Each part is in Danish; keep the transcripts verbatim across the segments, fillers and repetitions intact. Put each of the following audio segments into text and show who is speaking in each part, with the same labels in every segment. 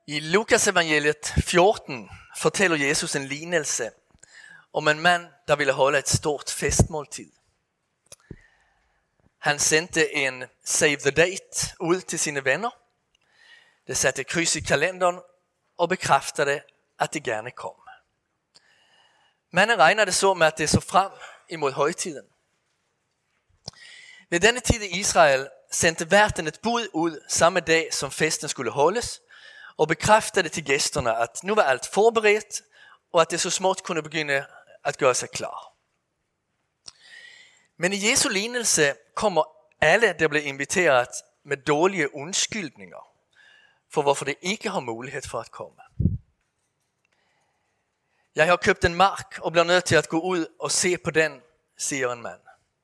Speaker 1: I Lukas evangeliet fjorten fortæller Jesus en lignelse om en mand, der ville holde et stort festmåltid. Han sendte en save the date ud til sine venner. Det satte kryds i kalenderen og bekræftede, at det gerne kom. Manden regnede så med, at det så frem imod højtiden. Ved denne tid i Israel sendte værten et bud ud samme dag, som festen skulle holdes, og bekræftede til gæsterne, at nu var alt forberedt, og at det så småt kunne begynde at gøre sig klar. Men i Jesu lignelse kommer alle, der blev inviteret, med dårlige undskyldninger, for hvorfor det ikke har mulighed for at komme. Jeg har købt en mark og bliver nødt til at gå ud og se på den, siger en mand.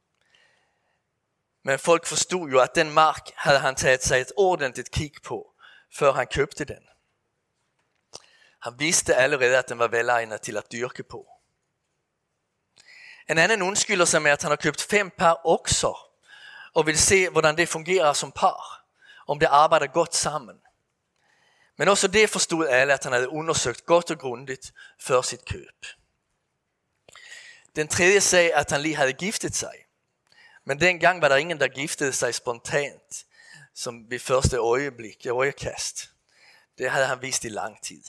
Speaker 1: Men folk forstod jo, at den mark havde han taget sig et ordentligt kig på, før han købte den. Han vidste allerede, at den var velegnet til at dyrke på. En anden undskylder sig med, at han har købt fem par okser, og vil se, hvordan det fungerer som par, om det arbejder godt sammen. Men også det forstod alle, at han havde undersøgt godt og grundigt før sit køb. Den tredje sagde, at han lige havde giftet sig. Men dengang var der ingen, der giftede sig spontant, som ved første øjeblik, øjekast. Det havde han vist i lang tid.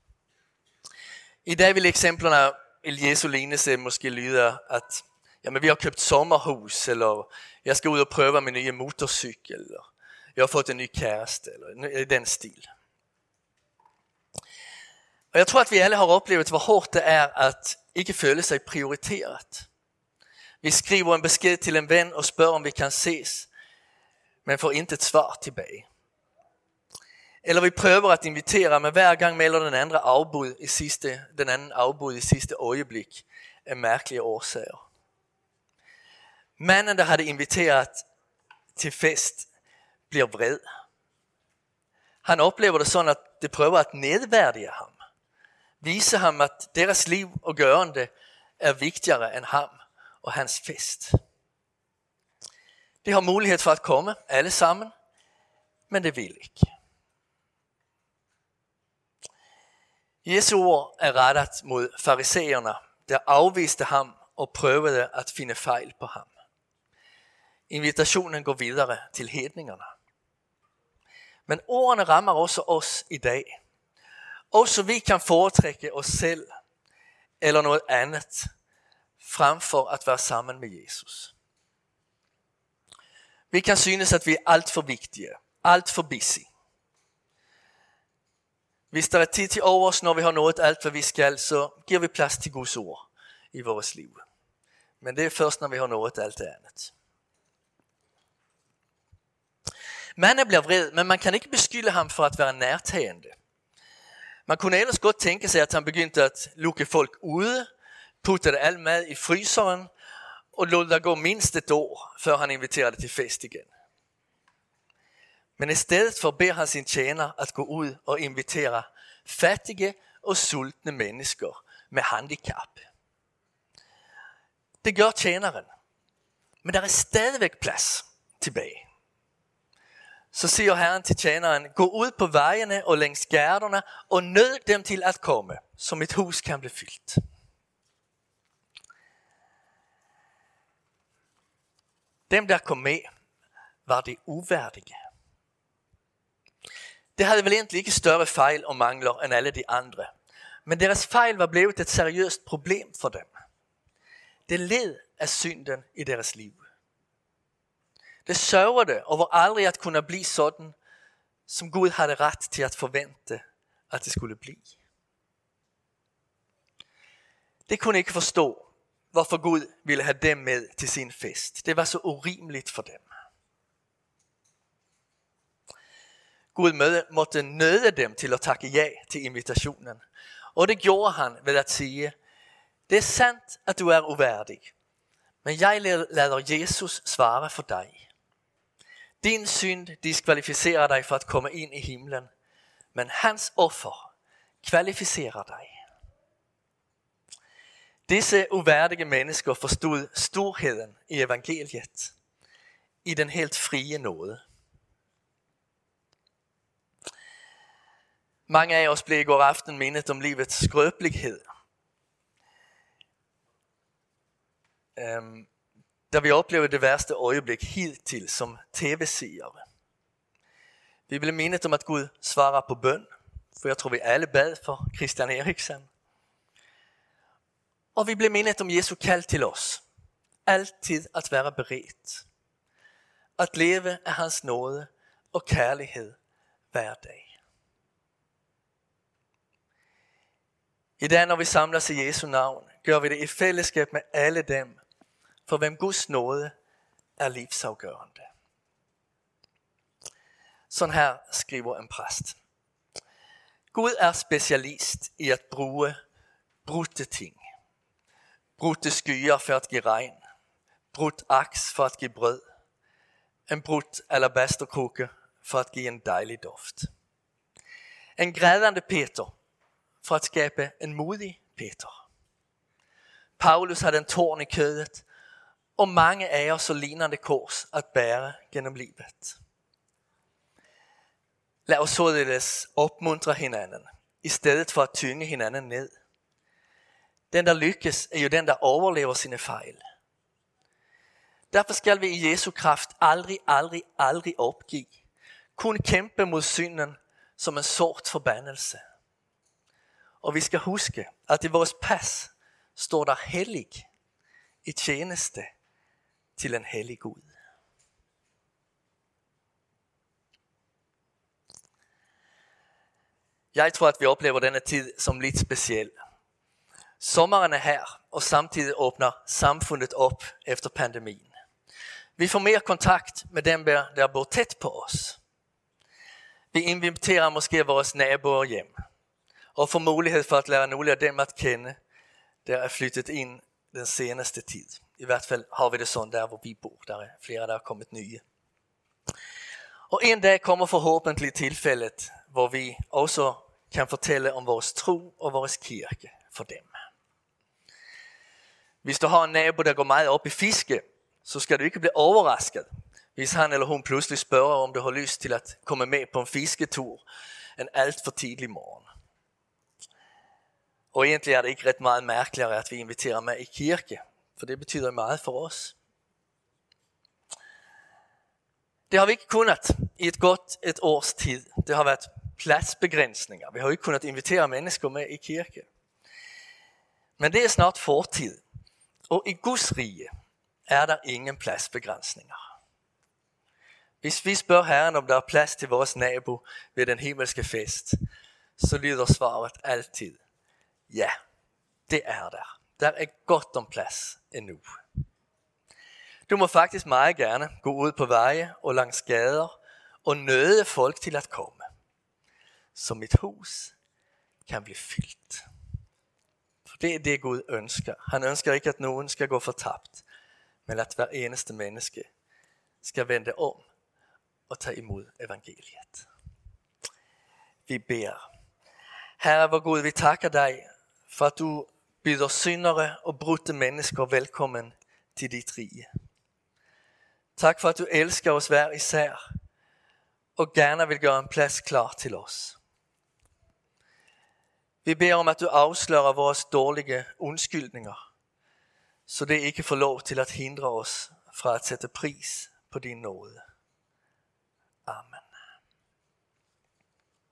Speaker 1: I dag vil eksemplerne i Jesu lignelse måske lyde, at jamen, vi har købt sommerhus, eller jeg skal ud og prøve min nye motorcykel, eller jeg har fået en ny kæreste, eller i den stil. Og jeg tror, at vi alle har oplevet, hvor hårdt det er at ikke føle sig prioriteret. Vi skriver en besked til en ven og spørger, om vi kan ses, men får inte et svar tilbage. Eller vi prøver at invitere, men hver gang melder den anden afbud i sidste, den anden afbud i sidste øjeblik af mærkelige årsager. Manden, der havde inviteret til fest, bliver vred. Han oplever det sådan, at det prøver at nedværdige ham. Vise ham, at deres liv og gørende er vigtigere end ham og hans fest. De har mulighed for at komme, alle sammen, men det vil ikke. Jesu ord er rettet mod farisæerne, der afviste ham og prøvede at finde fejl på ham. Invitationen går videre til hedningerne. Men ordene rammer også os i dag. Også vi kan foretrække os selv eller noget andet, frem for at være sammen med Jesus. Vi kan synes, at vi er alt for vigtige, alt for busy. Hvis der er tid til overs, når vi har nået alt, hvad vi skal, så giver vi plads til Guds ord i vores liv. Men det er først, når vi har nået alt det andet. Manden bliver vred, men man kan ikke beskylde ham for at være nærtagende. Man kunne ellers godt tænke sig, at han begyndte at lukke folk ude, puttede al mad i fryseren og lod der gå mindst et år, før han inviterede til fest igen. Men i stedet for beder han sin tjener at gå ud og invitere fattige og sultne mennesker med handicap. Det gør tjeneren, men der er stadigvæk plads tilbage. Så siger Herren til tjeneren, gå ud på vejene og længs gærderne og nød dem til at komme, så mit hus kan blive fyldt. Dem, der kom med, var de uværdige. Det havde vel egentlig ikke større fejl og mangler end alle de andre. Men deres fejl var blevet et seriøst problem for dem. Det led af synden i deres liv. Det sørgede over aldrig at kunne blive sådan, som Gud havde ret til at forvente, at det skulle blive. Det kunne ikke forstå, hvorfor Gud ville have dem med til sin fest. Det var så urimeligt for dem. Gud måtte nøde dem til at takke ja til invitationen. Og det gjorde han ved at sige, det er sandt, at du er uværdig, men jeg lader Jesus svare for dig. Din synd diskvalificerer dig for at komme ind i himlen, men hans offer kvalificerer dig. Disse uværdige mennesker forstod storheden i evangeliet, i den helt frie nåde. Mange af os blev i går aften mindet om livets skrøbelighed. Um, da vi oplevede det værste øjeblik hidtil som tv-seere. Vi blev mindet om at Gud svarer på bøn, for jeg tror vi alle bad for Christian Eriksen. Og vi blev mindet om Jesu kald til os. Altid at være beredt. At leve af hans nåde og kærlighed hver dag. I dag, når vi samles i Jesu navn, gør vi det i fællesskab med alle dem, for hvem Guds nåde er livsafgørende. Sådan her skriver en præst. Gud er specialist i at bruge brudte ting. Brudte skyer for at give regn. Brudt aks for at give brød. En brudt alabasterkrukke for at give en dejlig doft. En grædende Peter for at skabe en modig Peter. Paulus havde en torn i kødet, og mange af os så lignende kors at bære gennem livet. Lad os således opmuntre hinanden, i stedet for at tynge hinanden ned. Den, der lykkes, er jo den, der overlever sine fejl. Derfor skal vi i Jesu kraft aldrig, aldrig, aldrig opgive. Kun kæmpe mod synden som en sort forbandelse. Og vi skal huske, at i vores pas står der hellig i tjeneste til en hellig Gud. Jeg tror, at vi oplever denne tid som lidt speciel. Sommeren er her, og samtidig åbner samfundet op efter pandemien. Vi får mere kontakt med dem, der bor tæt på os. Vi inviterer måske vores naboer hjem, og får mulighed for at lære nogle af dem at kende, der er flyttet ind den seneste tid. I hvert fald har vi det sådan der, hvor vi bor. Der er flere, der er kommet nye. Og en dag kommer forhåbentlig tilfældet, hvor vi også kan fortælle om vores tro og vores kirke for dem. Hvis du har en nabo, der går meget op i fiske, så skal du ikke blive overrasket, hvis han eller hun pludselig spørger, om du har lyst til at komme med på en fisketur en alt for tidlig morgen. Og egentlig er det ikke ret meget mærkeligere, at vi inviterer med i kirke, for det betyder meget for os. Det har vi ikke kunnet i et godt et års tid. Det har været pladsbegrænsninger. Vi har ikke kunnet invitere mennesker med i kirke. Men det er snart fortid. Og i Guds rige er der ingen pladsbegrænsninger. Hvis vi spørger Herren, om der er plads til vores nabo ved den himmelske fest, så lyder svaret altid: ja, det er der. Der er godt om plads endnu. Du må faktisk meget gerne gå ud på veje og langs gader og nøde folk til at komme. Så mit hus kan blive fyldt. For det er det Gud ønsker. Han ønsker ikke, at nogen skal gå fortabt, men at hver eneste menneske skal vende om og tage imod evangeliet. Vi beder. Herre vor Gud, vi takker dig for at du byder syndere og brudte mennesker velkommen til dit rige. Tak for at du elsker os hver især og gerne vil gøre en plads klar til os. Vi beder om at du afslører vores dårlige undskyldninger, så det ikke får lov til at hindre os fra at sætte pris på din nåde.